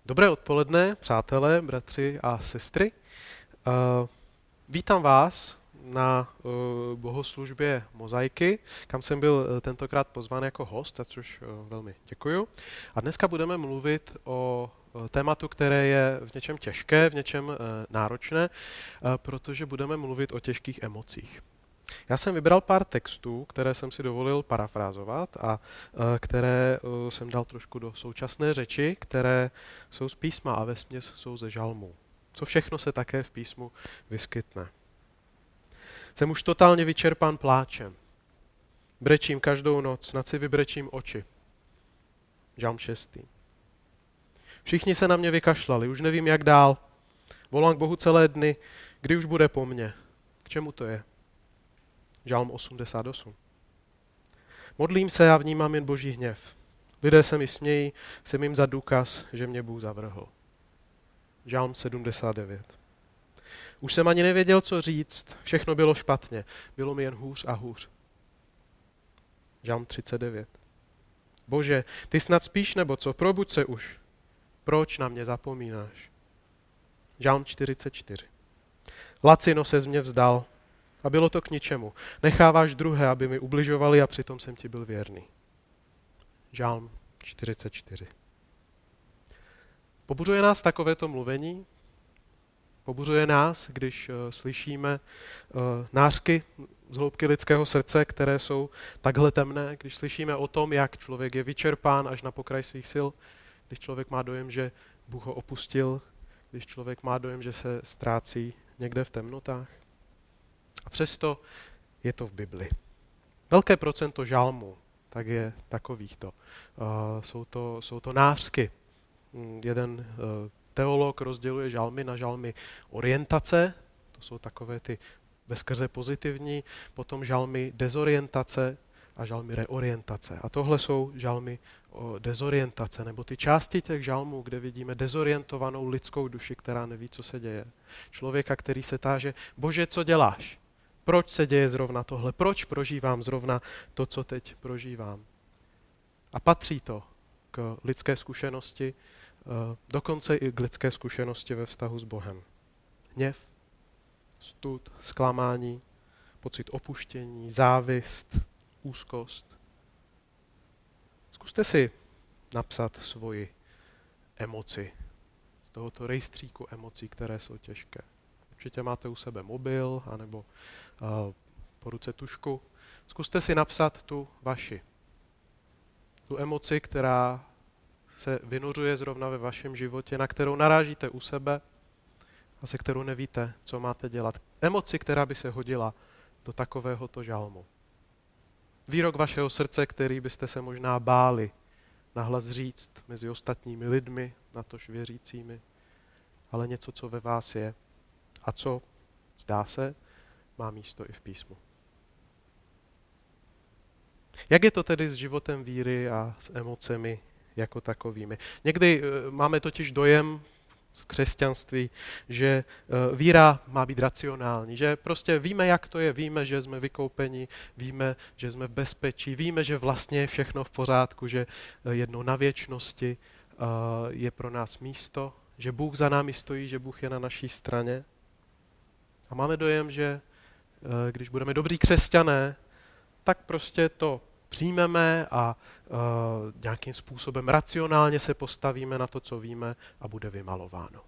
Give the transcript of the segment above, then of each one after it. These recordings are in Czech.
Dobré odpoledne, přátelé, bratři a sestry. Vítám vás na bohoslužbě Mozaiky, kam jsem byl tentokrát pozván jako host, za což velmi děkuju. A dneska budeme mluvit o tématu, které je v něčem těžké, v něčem náročné, protože budeme mluvit o těžkých emocích. Já jsem vybral pár textů, které jsem si dovolil parafrázovat a které jsem dal trošku do současné řeči, které jsou z písma a vesměs jsou ze žalmů. Co všechno se také v písmu vyskytne. Jsem už totálně vyčerpán pláčem. Brečím každou noc, snad si vybrečím oči. Žalm 6. Všichni se na mě vykašlali, už nevím jak dál. Volám k Bohu celé dny, kdy už bude po mně. K čemu to je? Žalm 88. Modlím se a vnímám jen Boží hněv. Lidé se mi smějí, jsem jim za důkaz, že mě Bůh zavrhl. Žalm 79. Už jsem ani nevěděl, co říct, všechno bylo špatně, bylo mi jen hůř a hůř. Žalm 39. Bože, ty snad spíš nebo co, probuď se už. Proč na mě zapomínáš? Žalm 44. Lacino se z mě vzdal a bylo to k ničemu. Necháváš druhé, aby mi ubližovali a přitom jsem ti byl věrný. Žalm 44. Pobuřuje nás takovéto mluvení? Pobuřuje nás, když slyšíme nářky z hloubky lidského srdce, které jsou takhle temné, když slyšíme o tom, jak člověk je vyčerpán až na pokraj svých sil, když člověk má dojem, že Bůh ho opustil, když člověk má dojem, že se ztrácí někde v temnotách. A přesto je to v Bibli. Velké procento žalmů tak je takovýchto. Jsou to nářky. Jeden teolog rozděluje žalmy na žalmy orientace, to jsou takové ty veskrze pozitivní, potom žalmy dezorientace a žalmy reorientace. A tohle jsou žalmy o dezorientace, nebo ty části těch žalmů, kde vidíme dezorientovanou lidskou duši, která neví, co se děje. Člověka, který se táže, Bože, co děláš? Proč se děje zrovna tohle? Proč prožívám zrovna to, co teď prožívám? A patří to k lidské zkušenosti, dokonce i k lidské zkušenosti ve vztahu s Bohem. Hněv, stud, zklamání, pocit opuštění, závist, úzkost. Zkuste si napsat svoji emoci z tohoto rejstříku emocí, které jsou těžké. Určitě máte u sebe mobil anebo po ruce tužku. Zkuste si napsat tu vaši. Tu emoci, která se vynořuje zrovna ve vašem životě, na kterou narážíte u sebe a se kterou nevíte, co máte dělat. Emoci, která by se hodila do takovéhoto žalmu. Výrok vašeho srdce, který byste se možná báli nahlas říct mezi ostatními lidmi, natož věřícími, ale něco, co ve vás je a co, zdá se, má místo i v písmu. Jak je to tedy s životem víry a s emocemi jako takovými? Někdy máme totiž dojem v křesťanství, že víra má být racionální, že prostě víme, jak to je, víme, že jsme vykoupeni, víme, že jsme v bezpečí, víme, že vlastně je všechno v pořádku, že jednou na věčnosti je pro nás místo, že Bůh za námi stojí, že Bůh je na naší straně. A máme dojem, že když budeme dobří křesťané, tak prostě to přijmeme a nějakým způsobem racionálně se postavíme na to, co víme a bude vymalováno.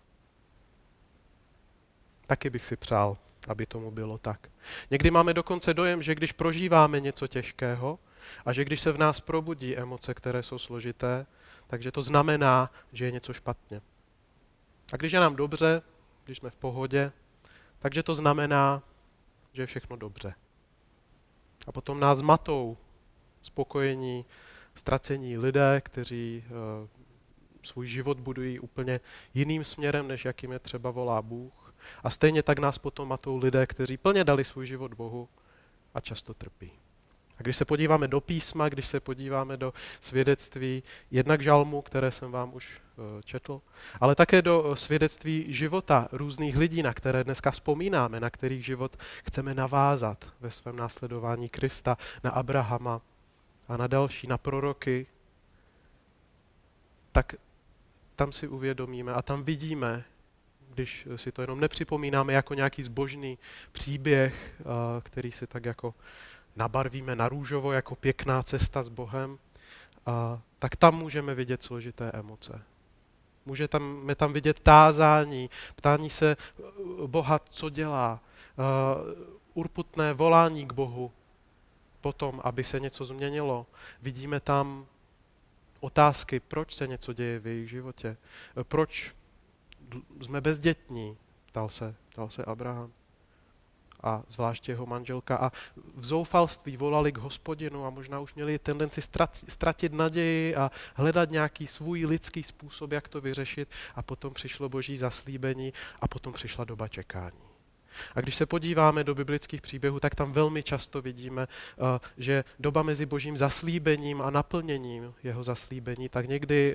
Taky bych si přál, aby tomu bylo tak. Někdy máme dokonce dojem, že když prožíváme něco těžkého a že když se v nás probudí emoce, které jsou složité, takže to znamená, že je něco špatně. A když je nám dobře, když jsme v pohodě, takže to znamená, že je všechno dobře. A potom nás matou spokojení, ztracení lidé, kteří svůj život budují úplně jiným směrem, než jakým je třeba volá Bůh. A stejně tak nás potom matou lidé, kteří plně dali svůj život Bohu a často trpí. A když se podíváme do písma, když se podíváme do svědectví jednak žalmu, které jsem vám už četl, ale také do svědectví života různých lidí, na které dneska vzpomínáme, na kterých život chceme navázat ve svém následování Krista, na Abrahama a na další, na proroky, tak tam si uvědomíme a tam vidíme, když si to jenom nepřipomínáme jako nějaký zbožný příběh, který si tak jako nabarvíme na růžovo jako pěkná cesta s Bohem, tak tam můžeme vidět složité emoce. Můžeme tam vidět tázání, ptání se Boha, co dělá, urputné volání k Bohu potom, aby se něco změnilo. Vidíme tam otázky, proč se něco děje v jejich životě, proč jsme bezdětní, ptal se Abraham a zvláště jeho manželka a v zoufalství volali k Hospodinu a možná už měli tendenci ztratit naději a hledat nějaký svůj lidský způsob, jak to vyřešit a potom přišlo Boží zaslíbení a potom přišla doba čekání. A když se podíváme do biblických příběhů, tak tam velmi často vidíme, že doba mezi Božím zaslíbením a naplněním jeho zaslíbení, tak někdy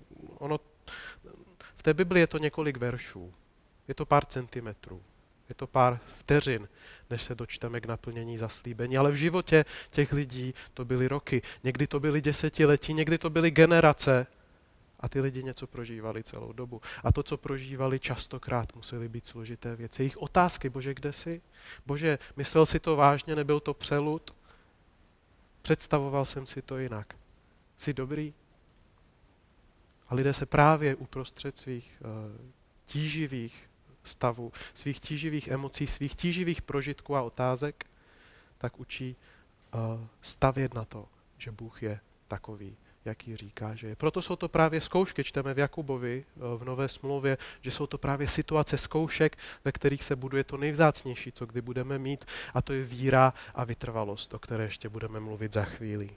v té Bibli je to několik veršů, je to pár centimetrů, je to pár vteřin, než se dočteme k naplnění zaslíbení. Ale v životě těch lidí to byly roky, někdy to byly desetiletí, někdy to byly generace a ty lidi něco prožívali celou dobu. A to, co prožívali, častokrát musely být složité věci. Jejich otázky, Bože, kde jsi? Bože, myslel si to vážně, nebyl to přelud? Představoval jsem si to jinak. Jsi dobrý? A lidé se právě uprostřed svých tíživých stavů, svých tíživých emocí, svých tíživých prožitků a otázek, tak učí stavět na to, že Bůh je takový, jaký říká, že je. Proto jsou to právě zkoušky, čteme v Jakubovi v Nové smlouvě, že jsou to právě situace zkoušek, ve kterých se buduje to nejvzácnější, co kdy budeme mít, a to je víra a vytrvalost, o které ještě budeme mluvit za chvíli.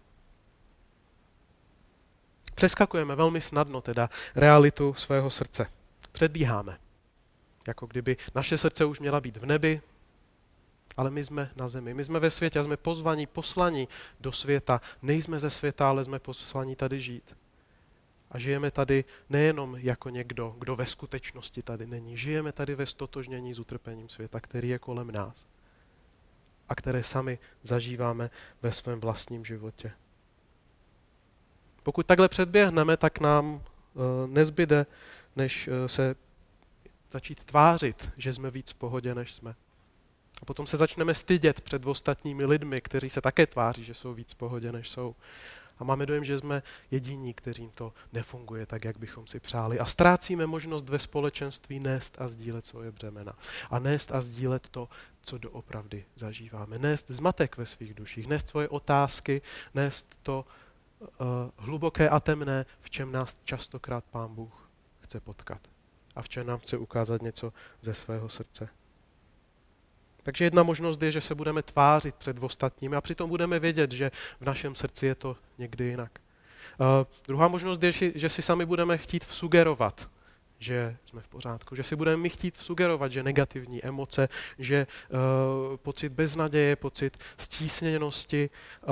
Přeskakujeme velmi snadno teda realitu svého srdce. Předbíháme. Jako kdyby naše srdce už měla být v nebi, ale my jsme na zemi. My jsme ve světě a jsme pozvaní, poslaní do světa. Nejsme ze světa, ale jsme poslaní tady žít. A žijeme tady nejenom jako někdo, kdo ve skutečnosti tady není. Žijeme tady ve stotožnění s utrpením světa, který je kolem nás a které sami zažíváme ve svém vlastním životě. Pokud takhle předběhneme, tak nám nezbyde, než se začít tvářit, že jsme víc v pohodě, než jsme. A potom se začneme stydět před ostatními lidmi, kteří se také tváří, že jsou víc v pohodě, než jsou. A máme dojem, že jsme jediní, kterým to nefunguje tak, jak bychom si přáli. A ztrácíme možnost ve společenství nést a sdílet svoje břemena. A nést a sdílet to, co doopravdy zažíváme. Nést zmatek ve svých duších, nést svoje otázky, nést to hluboké a temné, v čem nás častokrát Pán Bůh chce potkat. A v čem nám chce ukázat něco ze svého srdce. Takže jedna možnost je, že se budeme tvářit před ostatními a přitom budeme vědět, že v našem srdci je to někdy jinak. Druhá možnost je, že si sami budeme chtít vsugerovat, že jsme v pořádku, že si budeme chtít vsugerovat, že negativní emoce, že pocit beznaděje, pocit stísněnosti,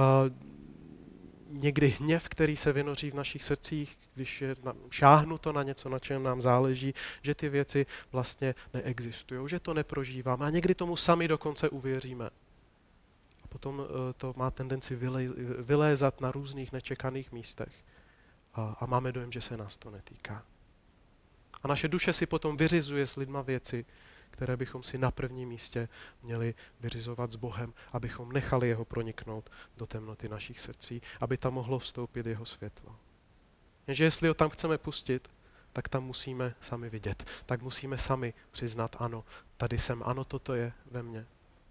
někdy hněv, který se vynoří v našich srdcích, když je šáhnuto na něco, na čem nám záleží, že ty věci vlastně neexistují, že to neprožíváme a někdy tomu sami dokonce uvěříme. A potom to má tendenci vylézat na různých nečekaných místech a máme dojem, že se nás to netýká. A naše duše si potom vyřizuje s lidma věci, které bychom si na prvním místě měli vyřizovat s Bohem, abychom nechali jeho proniknout do temnoty našich srdcí, aby tam mohlo vstoupit jeho světlo. Jenže jestli ho tam chceme pustit, tak tam musíme sami vidět. Tak musíme sami přiznat, ano, tady jsem, ano, toto je ve mně.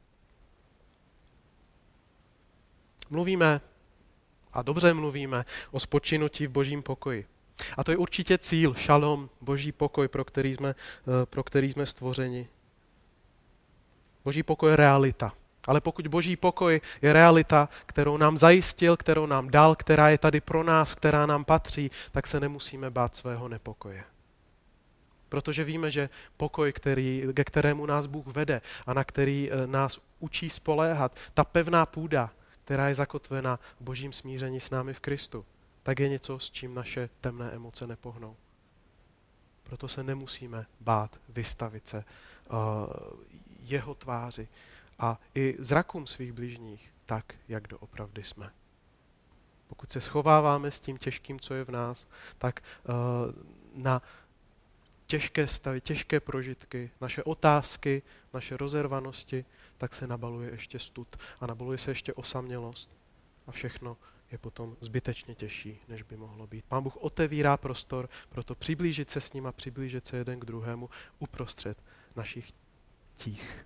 Mluvíme, a dobře mluvíme, o spočinutí v Božím pokoji. A to je určitě cíl, šalom, Boží pokoj, pro který jsme stvořeni. Boží pokoj je realita. Ale pokud Boží pokoj je realita, kterou nám zajistil, kterou nám dal, která je tady pro nás, která nám patří, tak se nemusíme bát svého nepokoje. Protože víme, že pokoj, ke kterému nás Bůh vede a na který nás učí spoléhat, ta pevná půda, která je zakotvena v Božím smíření s námi v Kristu, tak je něco, s čím naše temné emoce nepohnou. Proto se nemusíme bát vystavit se jeho tváři a i zrakům svých bližních tak, jak doopravdy jsme. Pokud se schováváme s tím těžkým, co je v nás, tak na těžké stavy, těžké prožitky, naše otázky, naše rozervanosti, tak se nabaluje ještě stud a nabaluje se ještě osamělost. A všechno je potom zbytečně těžší, než by mohlo být. Pán Bůh otevírá prostor pro to přiblížit se s ním a přiblížit se jeden k druhému uprostřed našich tíh.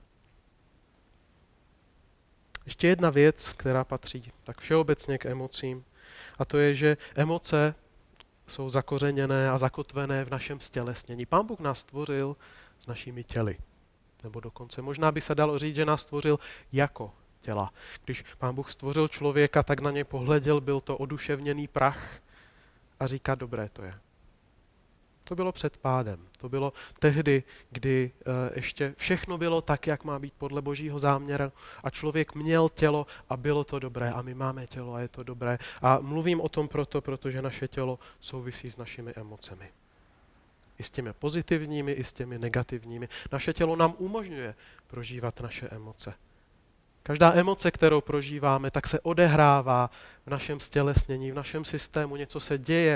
Ještě jedna věc, která patří tak všeobecně k emocím, a to je, že emoce jsou zakořeněné a zakotvené v našem stělesnění. Pán Bůh nás stvořil s našimi těly. Nebo dokonce možná by se dalo říct, že nás stvořil jako těla. Když Pán Bůh stvořil člověka, tak na něj pohleděl, byl to oduševněný prach a říká, dobré to je. To bylo před pádem. To bylo tehdy, kdy ještě všechno bylo tak, jak má být podle Božího záměru a člověk měl tělo a bylo to dobré a my máme tělo a je to dobré. A mluvím o tom protože naše tělo souvisí s našimi emocemi. I s těmi pozitivními, i s těmi negativními. Naše tělo nám umožňuje prožívat naše emoce. Každá emoce, kterou prožíváme, tak se odehrává v našem stělesnění, v našem systému. Něco se děje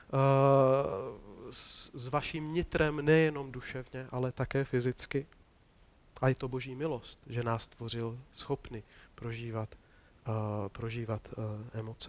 s vaším nitrem nejenom duševně, ale také fyzicky. A je to Boží milost, že nás stvořil schopný prožívat emoce.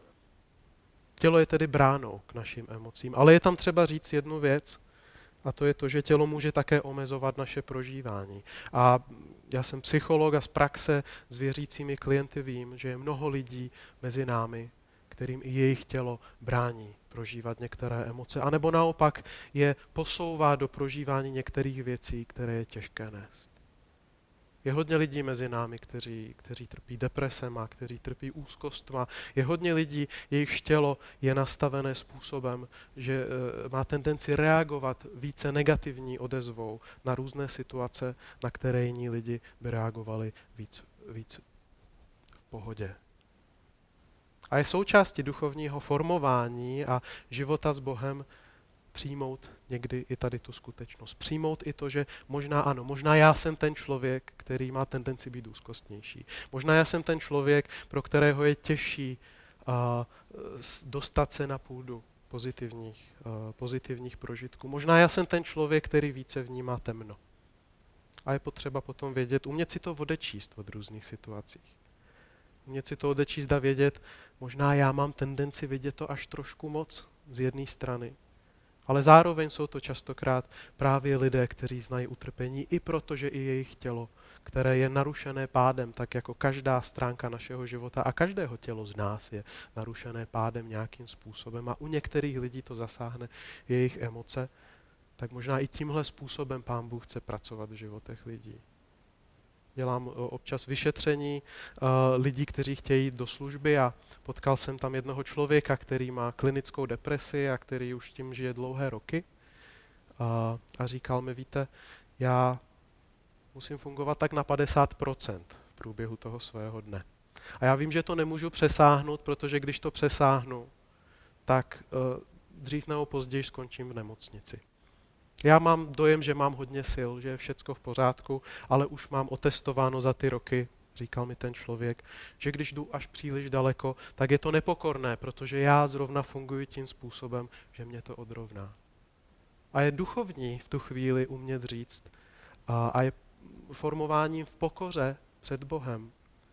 Tělo je tedy bránou k našim emocím, ale je tam třeba říct jednu věc, a to je to, že tělo může také omezovat naše prožívání. A já jsem psycholog a z praxe s věřícími klienty vím, že je mnoho lidí mezi námi, kterým i jejich tělo brání prožívat některé emoce, anebo naopak je posouvá do prožívání některých věcí, které je těžké nést. Je hodně lidí mezi námi, kteří trpí depresema, kteří trpí úzkostma. Je hodně lidí, jejichž tělo je nastavené způsobem, že má tendenci reagovat více negativní odezvou na různé situace, na které jiní lidi by reagovali víc v pohodě. A je součástí duchovního formování a života s Bohem přijmout někdy i tady tu skutečnost. Přijmout i to, že možná já jsem ten člověk, který má tendenci být úzkostnější. Možná já jsem ten člověk, pro kterého je těžší dostat se na půdu pozitivních prožitků. Možná já jsem ten člověk, který více vnímá temno. A je potřeba potom vědět, umět si to odečíst od různých situacích. Umět si to odečíst a vědět, možná já mám tendenci vidět to až trošku moc z jedné strany. Ale zároveň jsou to častokrát právě lidé, kteří znají utrpení, i protože i jejich tělo, které je narušené pádem, tak jako každá stránka našeho života a každého tělo z nás je narušené pádem nějakým způsobem a u některých lidí to zasáhne jejich emoce, tak možná i tímhle způsobem Pán Bůh chce pracovat v životech lidí. Dělám občas vyšetření lidí, kteří chtějí jít do služby a potkal jsem tam jednoho člověka, který má klinickou depresi a který už tím žije dlouhé roky. A říkal mi, víte, já musím fungovat tak na 50% v průběhu toho svého dne. A já vím, že to nemůžu přesáhnout, protože když to přesáhnu, tak dřív nebo později skončím v nemocnici. Já mám dojem, že mám hodně sil, že je všecko v pořádku, ale už mám otestováno za ty roky, říkal mi ten člověk, že když jdu až příliš daleko, tak je to nepokorné, protože já zrovna funguji tím způsobem, že mě to odrovná. A je duchovní v tu chvíli umět říct a je formováním v pokoře před Bohem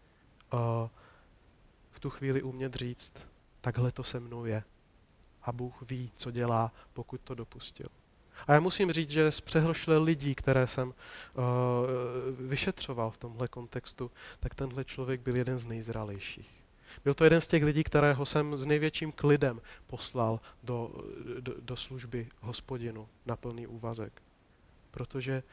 v tu chvíli umět říct, takhle to se mnou je. A Bůh ví, co dělá, pokud to dopustil. A já musím říct, že z přehršle lidí, které jsem vyšetřoval v tomhle kontextu, tak tenhle člověk byl jeden z nejzralejších. Byl to jeden z těch lidí, kterého jsem s největším klidem poslal do služby Hospodinu na plný úvazek. Protože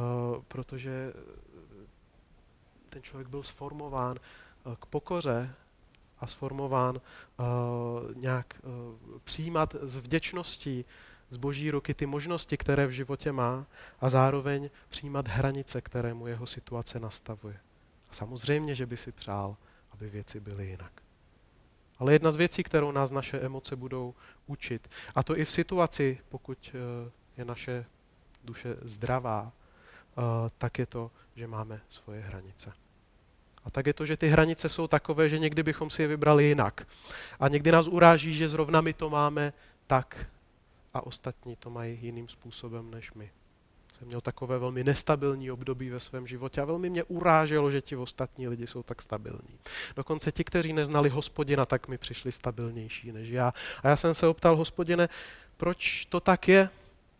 ten člověk byl sformován k pokoře a sformován nějak přijímat s vděčností z Boží ruky ty možnosti, které v životě má a zároveň přijímat hranice, které mu jeho situace nastavuje. A samozřejmě, že by si přál, aby věci byly jinak. Ale jedna z věcí, kterou nás naše emoce budou učit, a to i v situaci, pokud je naše duše zdravá, tak je to, že máme svoje hranice. A tak je to, že ty hranice jsou takové, že někdy bychom si je vybrali jinak. A někdy nás uráží, že zrovna my to máme tak, a ostatní to mají jiným způsobem než my. Jsem měl takové velmi nestabilní období ve svém životě a velmi mě uráželo, že ti ostatní lidi jsou tak stabilní. Dokonce ti, kteří neznali Hospodina, tak mi přišli stabilnější než já. A já jsem se optal, Hospodine, proč to tak je?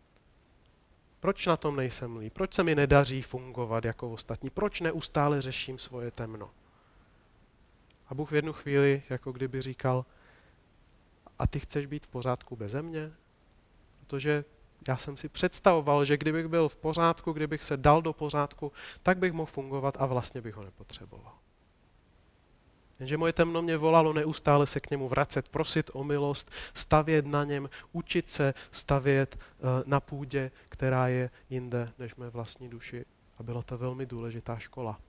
Proč na tom nejsem líp? Proč se mi nedaří fungovat jako ostatní? Proč neustále řeším svoje temno? A Bůh v jednu chvíli jako kdyby říkal, a ty chceš být v pořádku beze mě? Protože já jsem si představoval, že kdybych byl v pořádku, kdybych se dal do pořádku, tak bych mohl fungovat a vlastně bych ho nepotřeboval. Jenže moje temno mě volalo neustále se k němu vracet, prosit o milost, stavět na něm, učit se stavět na půdě, která je jinde než mé vlastní duši. A byla to velmi důležitá škola.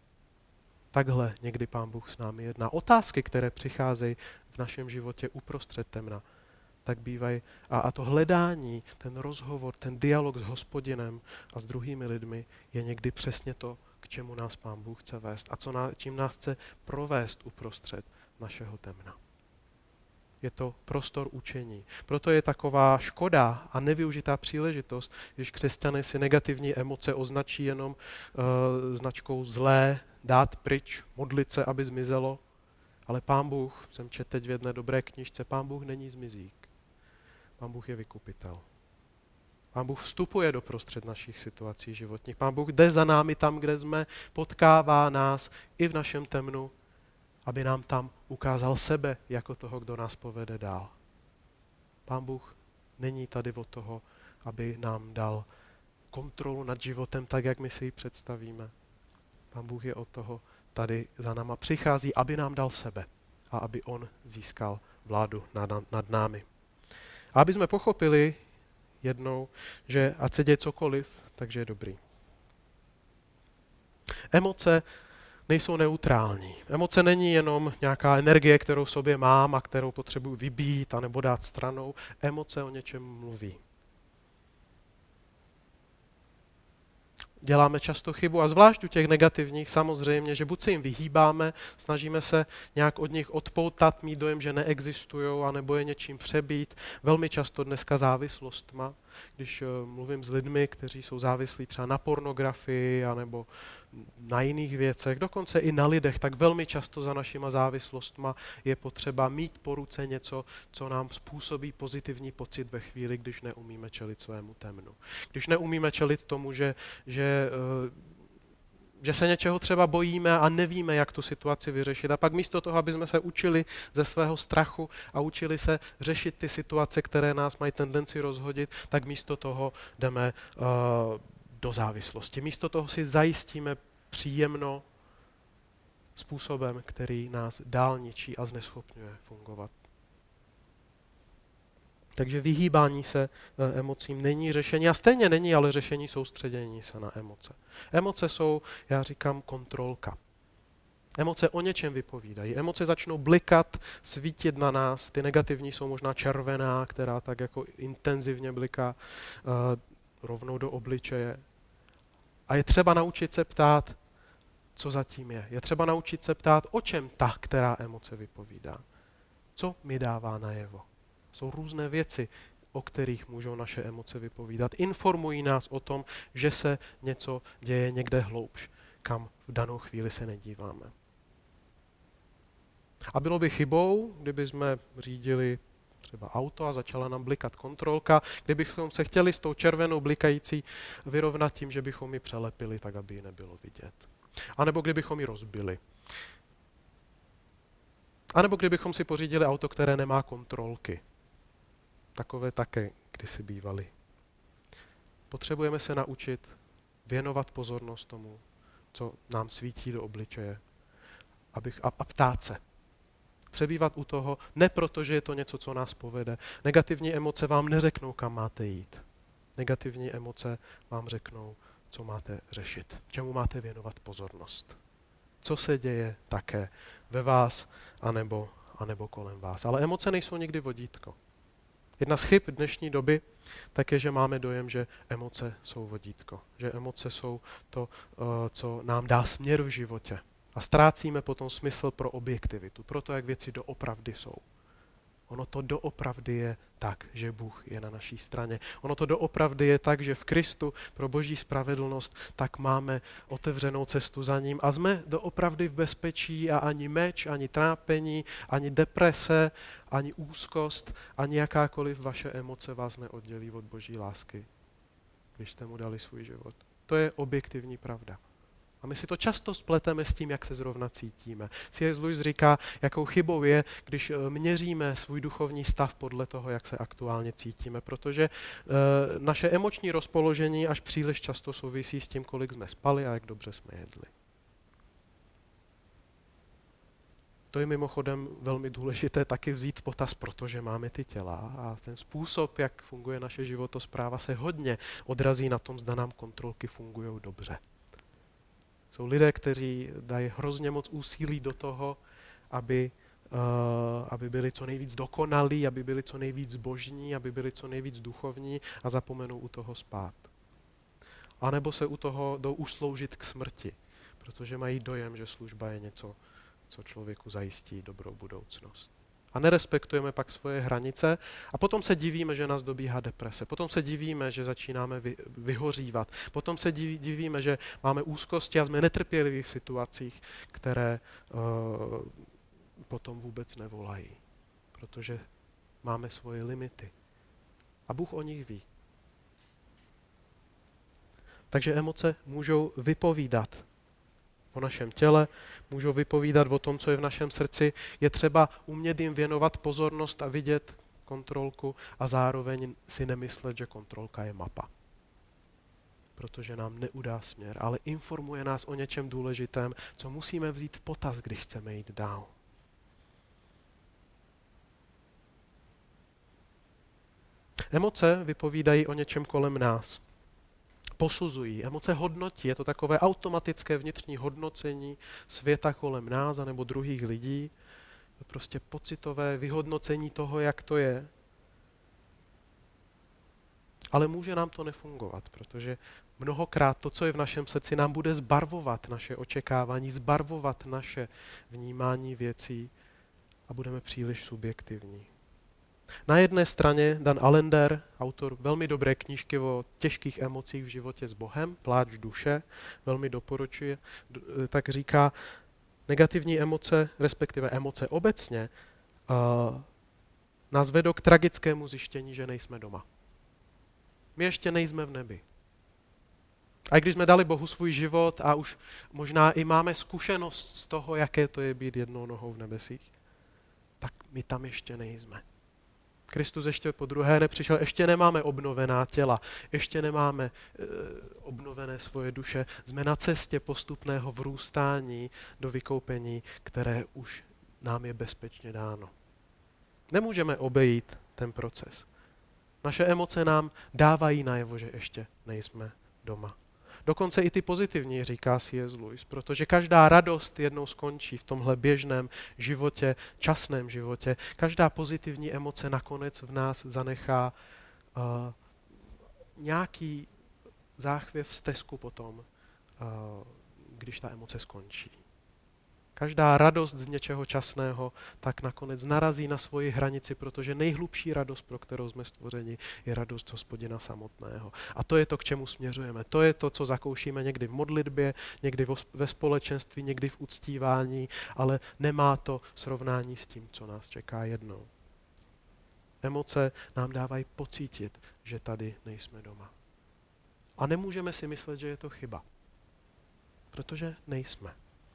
Takhle někdy Pán Bůh s námi jedná. Otázky, které přicházejí v našem životě uprostřed temna, tak bývají. A to hledání, ten rozhovor, ten dialog s Hospodinem a s druhými lidmi je někdy přesně to, k čemu nás Pán Bůh chce vést a čím nás chce provést uprostřed našeho temna. Je to prostor učení. Proto je taková škoda a nevyužitá příležitost, když křesťané si negativní emoce označí jenom značkou zlé, dát pryč, modlit se, aby zmizelo. Ale Pán Bůh, jsem četl teď v jedné dobré knižce, Pán Bůh není zmizík. Pán Bůh je vykupitel. Pán Bůh vstupuje do prostřed našich situací životních. Pán Bůh jde za námi tam, kde jsme, potkává nás i v našem temnu, aby nám tam ukázal sebe jako toho, kdo nás povede dál. Pán Bůh není tady od toho, aby nám dal kontrolu nad životem tak, jak my si ji představíme. Pán Bůh je od toho tady za náma přichází, aby nám dal sebe a aby on získal vládu nad námi. A aby jsme pochopili jednou, že ať se děje cokoliv, takže je dobrý. Emoce nejsou neutrální. Emoce není jenom nějaká energie, kterou v sobě mám a kterou potřebuji vybít anebo dát stranou. Emoce o něčem mluví. Děláme často chybu a zvlášť u těch negativních samozřejmě, že buď se jim vyhýbáme, snažíme se nějak od nich odpoutat, mít dojem, že neexistují, anebo je něčím přebít. Velmi často dneska závislostma, když mluvím s lidmi, kteří jsou závislí třeba na pornografii anebo na jiných věcech, dokonce i na lidech, tak velmi často za našima závislostma je potřeba mít po ruce něco, co nám způsobí pozitivní pocit ve chvíli, když neumíme čelit svému temnu. Když neumíme čelit tomu, že se něčeho třeba bojíme a nevíme, jak tu situaci vyřešit. A pak místo toho, aby jsme se učili ze svého strachu a učili se řešit ty situace, které nás mají tendenci rozhodit, tak místo toho jdeme do závislosti. Místo toho si zajistíme příjemno způsobem, který nás dál ničí a zneschopňuje fungovat. Takže vyhýbání se emocím není řešení a stejně není ale řešení soustředění se na emoce. Emoce jsou, já říkám, kontrolka. Emoce o něčem vypovídají. Emoce začnou blikat, svítit na nás. Ty negativní jsou možná červená, která tak jako intenzivně bliká rovnou do obličeje. A je třeba naučit se ptát, co zatím je. Je třeba naučit se ptát, o čem ta, která emoce vypovídá. Co mi dává najevo. Jsou různé věci, o kterých můžou naše emoce vypovídat. Informují nás o tom, že se něco děje někde hloubš, kam v danou chvíli se nedíváme. A bylo by chybou, kdyby jsme řídili třeba auto a začala nám blikat kontrolka, kdybychom se chtěli s tou červenou blikající vyrovnat tím, že bychom ji přelepili tak, aby ji nebylo vidět. A nebo kdybychom ji rozbili. A nebo kdybychom si pořídili auto, které nemá kontrolky. Takové také kdysi bývaly. Potřebujeme se naučit věnovat pozornost tomu, co nám svítí do obličeje a ptát se. Přebývat u toho, ne proto, že je to něco, co nás povede. Negativní emoce vám neřeknou, kam máte jít. Negativní emoce vám řeknou, co máte řešit, čemu máte věnovat pozornost. Co se děje také ve vás, anebo kolem vás. Ale emoce nejsou nikdy vodítko. Jedna z chyb dnešní doby tak je, že máme dojem, že emoce jsou vodítko. Že emoce jsou to, co nám dá směr v životě. A ztrácíme potom smysl pro objektivitu, pro to, jak věci doopravdy jsou. Ono to doopravdy je tak, že Bůh je na naší straně. Ono to doopravdy je tak, že v Kristu pro boží spravedlnost tak máme otevřenou cestu za ním a jsme doopravdy v bezpečí a ani meč, ani trápení, ani deprese, ani úzkost, ani jakákoliv vaše emoce vás neoddělí od boží lásky, když jste mu dali svůj život. To je objektivní pravda. A my si to často spleteme s tím, jak se zrovna cítíme. C.S. Lewis říká, jakou chybou je, když měříme svůj duchovní stav podle toho, jak se aktuálně cítíme, protože naše emoční rozpoložení až příliš často souvisí s tím, kolik jsme spali a jak dobře jsme jedli. To je mimochodem velmi důležité taky vzít v potaz, protože máme ty těla a ten způsob, jak funguje naše životospráva, se hodně odrazí na tom, zda nám kontrolky fungují dobře. Jsou lidé, kteří dají hrozně moc úsilí do toho, aby byli co nejvíc dokonalí, aby byli co nejvíc zbožní, aby byli co nejvíc duchovní a zapomenou u toho spát. A nebo se u toho jdou už sloužit k smrti, protože mají dojem, že služba je něco, co člověku zajistí dobrou budoucnost. A nerespektujeme pak svoje hranice a potom se divíme, že nás dobíhá deprese. Potom se divíme, že začínáme vyhořívat. Potom se divíme, že máme úzkosti a jsme netrpěliví v situacích, které potom vůbec nevolají. Protože máme svoje limity. A Bůh o nich ví. Takže emoce můžou vypovídat o našem těle, můžou vypovídat o tom, co je v našem srdci. Je třeba umět jim věnovat pozornost a vidět kontrolku a zároveň si nemyslet, že kontrolka je mapa. Protože nám neudá směr, ale informuje nás o něčem důležitém, co musíme vzít v potaz, když chceme jít dál. Emoce vypovídají o něčem kolem nás. Posuzují, emoce hodnotí, je to takové automatické vnitřní hodnocení světa kolem nás nebo druhých lidí, prostě pocitové vyhodnocení toho, jak to je. Ale může nám to nefungovat, protože mnohokrát to, co je v našem srdci, nám bude zbarvovat naše očekávání, zbarvovat naše vnímání věcí a budeme příliš subjektivní. Na jedné straně Dan Allender, autor velmi dobré knížky o těžkých emocích v životě s Bohem, Pláč duše, velmi doporučuje, tak říká, negativní emoce, respektive emoce obecně, nás vedou k tragickému zjištění, že nejsme doma. My ještě nejsme v nebi. A když jsme dali Bohu svůj život a už možná i máme zkušenost z toho, jaké to je být jednou nohou v nebesích, tak my tam ještě nejsme. Kristus ještě po druhé nepřišel, ještě nemáme obnovená těla, ještě nemáme obnovené svoje duše. Jsme na cestě postupného vrůstání do vykoupení, které už nám je bezpečně dáno. Nemůžeme obejít ten proces. Naše emoce nám dávají najevo, že ještě nejsme doma. Dokonce i ty pozitivní, říká C.S. Lewis, protože každá radost jednou skončí v tomhle běžném životě, časném životě. Každá pozitivní emoce nakonec v nás zanechá nějaký záchvěv stezku potom, když ta emoce skončí. Každá radost z něčeho časného tak nakonec narazí na svoji hranici, protože nejhlubší radost, pro kterou jsme stvořeni, je radost Hospodina samotného. A to je to, k čemu směřujeme. To je to, co zakoušíme někdy v modlitbě, někdy ve společenství, někdy v uctívání, ale nemá to srovnání s tím, co nás čeká jednou. Emoce nám dávají pocítit, že tady nejsme doma. A nemůžeme si myslet, že je to chyba, protože nejsme.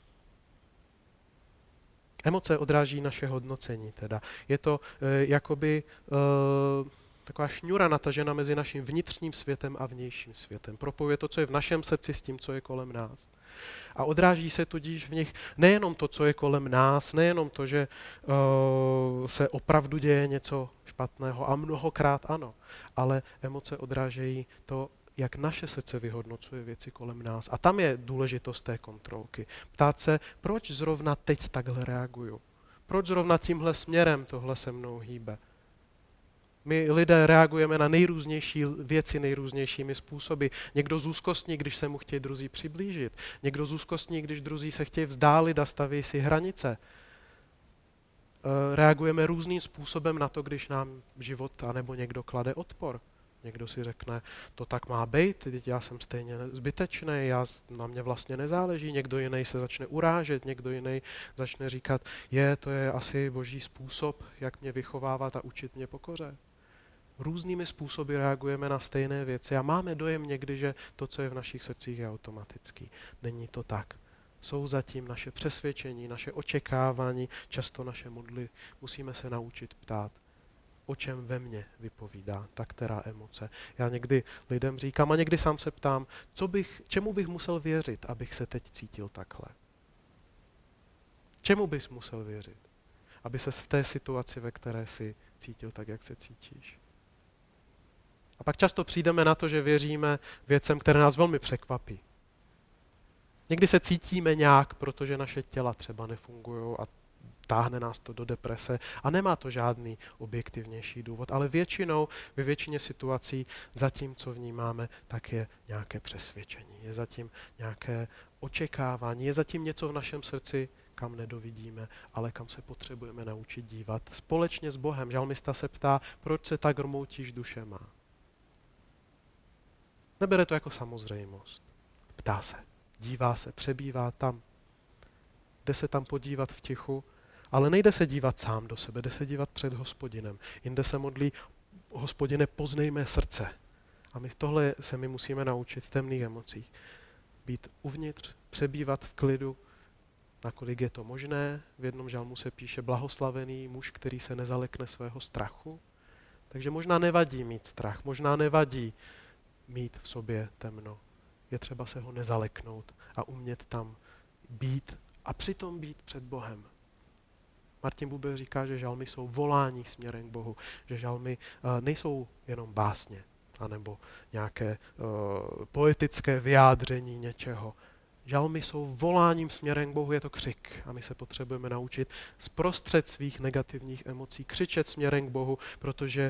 Emoce odráží naše hodnocení teda. Je to jakoby taková šňůra natažena mezi naším vnitřním světem a vnějším světem. Propojuje to, co je v našem srdci s tím, co je kolem nás. A odráží se tudíž v nich nejenom to, co je kolem nás, nejenom to, že se opravdu děje něco špatného a mnohokrát ano, ale emoce odrážejí to, jak naše srdce vyhodnocuje věci kolem nás. A tam je důležitost té kontrolky. Ptát se, proč zrovna teď takhle reaguju? Proč zrovna tímhle směrem tohle se mnou hýbe? My lidé reagujeme na nejrůznější věci nejrůznějšími způsoby. Někdo zúzkostní, když se mu chtějí druzí přiblížit. Někdo zúzkostní, když druzí se chtějí vzdálit a staví si hranice. reagujeme různým způsobem na to, když nám život anebo někdo klade odpor. Někdo si řekne, to tak má být, teď já jsem stejně zbytečný, na mě vlastně nezáleží, někdo jiný se začne urážet, někdo jiný začne říkat, to je asi boží způsob, jak mě vychovávat a učit mě pokoře. Různými způsoby reagujeme na stejné věci a máme dojem někdy, že to, co je v našich srdcích, je automatický. Není to tak. Jsou zatím naše přesvědčení, naše očekávání, často naše modly. Musíme se naučit ptát, o čem ve mně vypovídá ta která emoce. Já někdy lidem říkám a někdy sám se ptám, čemu bych musel věřit, abych se teď cítil takhle. Čemu bys musel věřit, aby ses v té situaci, ve které jsi cítil tak, jak se cítíš. A pak často přijdeme na to, že věříme věcem, které nás velmi překvapí. Někdy se cítíme nějak, protože naše těla třeba nefungují a táhne nás to do deprese a nemá to žádný objektivnější důvod, ale většinou, ve většině situací zatím, co vnímáme, tak je nějaké přesvědčení, je zatím nějaké očekávání, je zatím něco v našem srdci, kam nedovidíme, ale kam se potřebujeme naučit dívat. Společně s Bohem. Žalmista se ptá, proč se tak rmoutíš duše má. Nebere to jako samozřejmost. Ptá se, dívá se, přebývá tam. Jde se tam podívat v tichu, ale nejde se dívat sám do sebe, jde se dívat před Hospodinem. Jinde se modlí, Hospodine, poznej mé srdce. A tohle se my musíme naučit v temných emocích. Být uvnitř, přebývat v klidu, nakolik je to možné. V jednom žalmu se píše blahoslavený muž, který se nezalekne svého strachu. Takže možná nevadí mít strach, možná nevadí mít v sobě temno. Je třeba se ho nezaleknout a umět tam být a přitom být před Bohem. Martin Buber říká, že žalmy jsou volání směrem k Bohu, že žalmy nejsou jenom básně anebo nějaké poetické vyjádření něčeho. Žalmy jsou voláním směrem k Bohu, je to křik a my se potřebujeme naučit zprostřed svých negativních emocí křičet směrem k Bohu, protože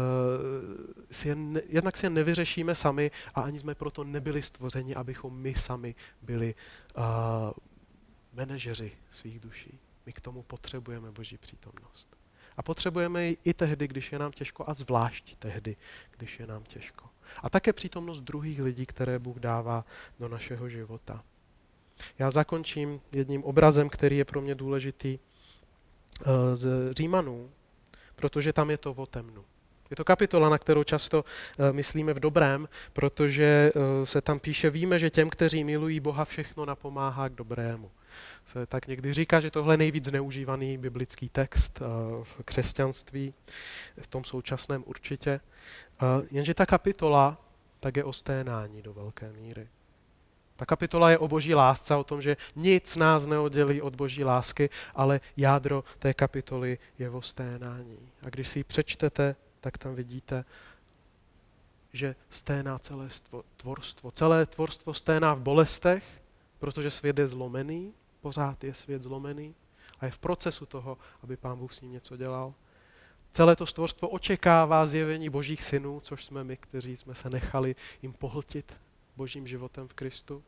jednak si je nevyřešíme sami a ani jsme proto nebyli stvořeni, abychom my sami byli manažeři svých duší. My k tomu potřebujeme Boží přítomnost. A potřebujeme ji i tehdy, když je nám těžko a zvlášť tehdy, když je nám těžko. A také přítomnost druhých lidí, které Bůh dává do našeho života. Já zakončím jedním obrazem, který je pro mě důležitý z Římanů, protože tam je to o temnu. Je to kapitola, na kterou často myslíme v dobrém, protože se tam píše, víme, že těm, kteří milují Boha, všechno napomáhá k dobrému. Se tak někdy říká, že tohle je nejvíc zneužívaný biblický text v křesťanství, v tom současném určitě. Jenže ta kapitola tak je o sténání do velké míry. Ta kapitola je o boží lásce, o tom, že nic nás neoddělí od boží lásky, ale jádro té kapitoly je o sténání. A když si ji přečtete, tak tam vidíte, že sténá celé tvorstvo. Celé tvorstvo sténá v bolestech, protože svět je zlomený, pořád je svět zlomený a je v procesu toho, aby Pán Bůh s ním něco dělal. Celé to stvorstvo očekává zjevení božích synů, což jsme my, kteří jsme se nechali jim pohltit božím životem v Kristu.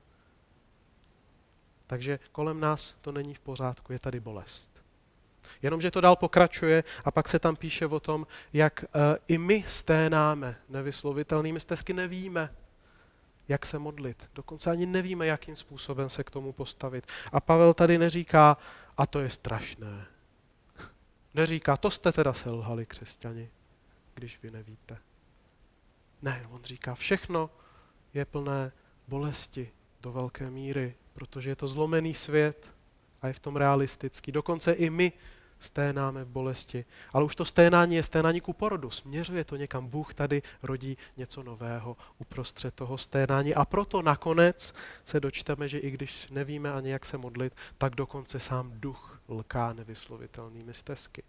Takže kolem nás to není v pořádku, je tady bolest. Jenomže to dál pokračuje a pak se tam píše o tom, jak i my sténáme nevyslovitelnými stesky, nevíme, jak se modlit. Dokonce ani nevíme, jakým způsobem se k tomu postavit. A Pavel tady neříká, a to je strašné. Neříká, to jste teda selhali, křesťani, když vy nevíte. Ne, on říká, všechno je plné bolesti do velké míry, protože je to zlomený svět a je v tom realistický. Dokonce i my sténáme v bolesti. Ale už to sténání je sténání ku porodu. Směřuje to někam. Bůh tady rodí něco nového uprostřed toho sténání. A proto nakonec se dočteme, že i když nevíme ani jak se modlit, tak dokonce sám duch lká nevyslovitelnými stesky.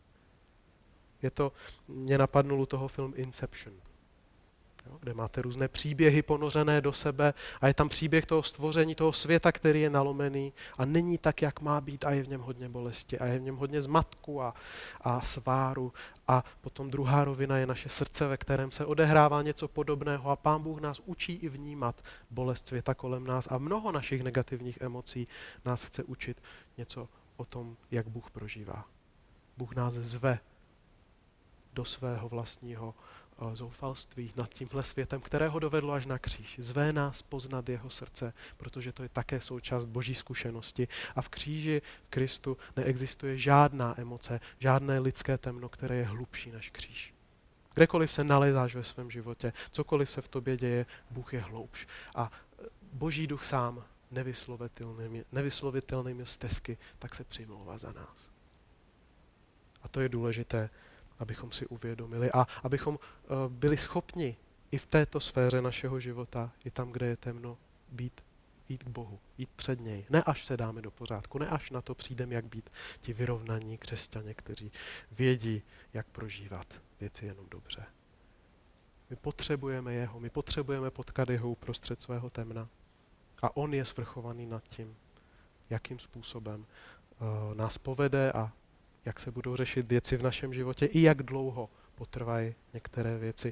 Mě napadnul u toho film Inception, kde máte různé příběhy ponořené do sebe a je tam příběh toho stvoření, toho světa, který je nalomený a není tak, jak má být a je v něm hodně bolesti a je v něm hodně zmatku a sváru a potom druhá rovina je naše srdce, ve kterém se odehrává něco podobného a Pán Bůh nás učí i vnímat bolest světa kolem nás a mnoho našich negativních emocí nás chce učit něco o tom, jak Bůh prožívá. Bůh nás zve do svého vlastního zoufalství nad tímhle světem, kterého dovedlo až na kříž. Zve nás poznat jeho srdce, protože to je také součást boží zkušenosti. A v kříži, v Kristu, neexistuje žádná emoce, žádné lidské temno, které je hlubší než kříž. Kdekoliv se nalezáš ve svém životě, cokoliv se v tobě děje, Bůh je hloubš. A Boží duch sám nevyslovitelnými stesky, tak se přimlouvá za nás. A to je důležité, abychom si uvědomili a abychom byli schopni i v této sféře našeho života, i tam, kde je temno, jít k Bohu, jít před něj. Ne až se dáme do pořádku, ne až na to přijdeme, jak být ti vyrovnaní křesťané, kteří vědí, jak prožívat věci jenom dobře. My potřebujeme jeho, my potřebujeme potkat jeho uprostřed svého temna. A on je svrchovaný nad tím, jakým způsobem nás povede a jak se budou řešit věci v našem životě i jak dlouho potrvají některé věci.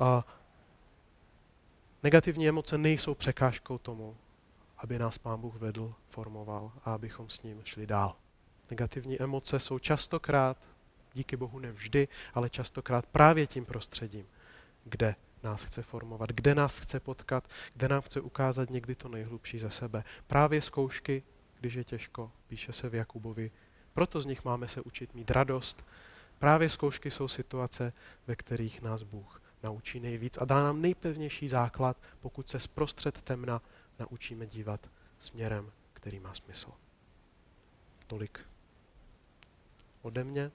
Negativní emoce nejsou překážkou tomu, aby nás Pán Bůh vedl, formoval a abychom s ním šli dál. Negativní emoce jsou častokrát, díky Bohu ne vždy, ale častokrát právě tím prostředím, kde nás chce formovat, kde nás chce potkat, kde nám chce ukázat někdy to nejhlubší ze sebe. Právě zkoušky, když je těžko, píše se v Jakubovi, proto z nich máme se učit mít radost. Právě zkoušky jsou situace, ve kterých nás Bůh naučí nejvíc a dá nám nejpevnější základ, pokud se zprostřed temna naučíme dívat směrem, který má smysl. Tolik ode mě.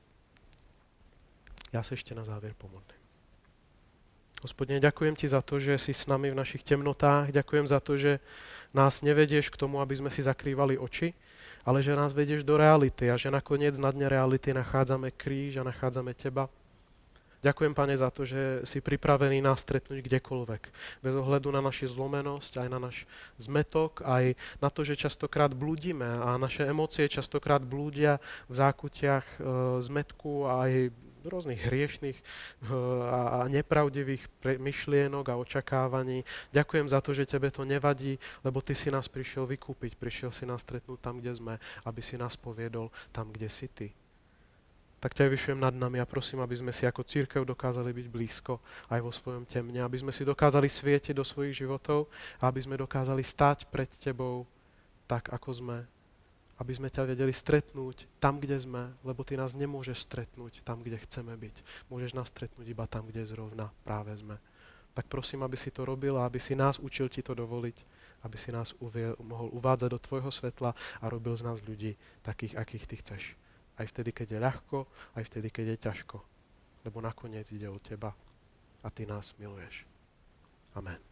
Já se ještě na závěr pomodlím. Hospodine, ďakujem ti za to, že jsi s nami v našich temnotách. Ďakujem za to, že nás nevedeš k tomu, aby sme si zakrývali oči, ale že nás vedieš do reality a že nakoniec na dne reality nachádzame kríž a nachádzame teba. Ďakujem, Pane, za to, že si pripravený nás stretnúť kdekoľvek. Bez ohľadu na naši zlomenosť, aj na náš zmetok, aj na to, že častokrát blúdime a naše emócie častokrát blúdia v zákutiach zmetku a aj rôznych hriešných a nepravdivých myšlienok a očakávaní. Ďakujem za to, že tebe to nevadí, lebo ty si nás prišiel vykúpiť, prišiel si nás stretnúť tam, kde sme, aby si nás poviedol tam, kde si ty. Tak ťa vyšujem nad nami a prosím, aby sme si ako církev dokázali byť blízko aj vo svojom temne, aby sme si dokázali svietiť do svojich životov a aby sme dokázali stáť pred tebou tak, ako sme, aby sme ťa vedeli stretnúť tam, kde sme, lebo ty nás nemôžeš stretnúť tam, kde chceme byť. Môžeš nás stretnúť iba tam, kde zrovna práve sme. Tak prosím, aby si to robil a aby si nás učil ti to dovoliť, aby si nás mohol uvádzať do tvojho svetla a robil z nás ľudí takých, akých ty chceš. Aj vtedy, keď je ľahko, aj vtedy, keď je ťažko. Lebo nakoniec ide o teba a ty nás miluješ. Amen.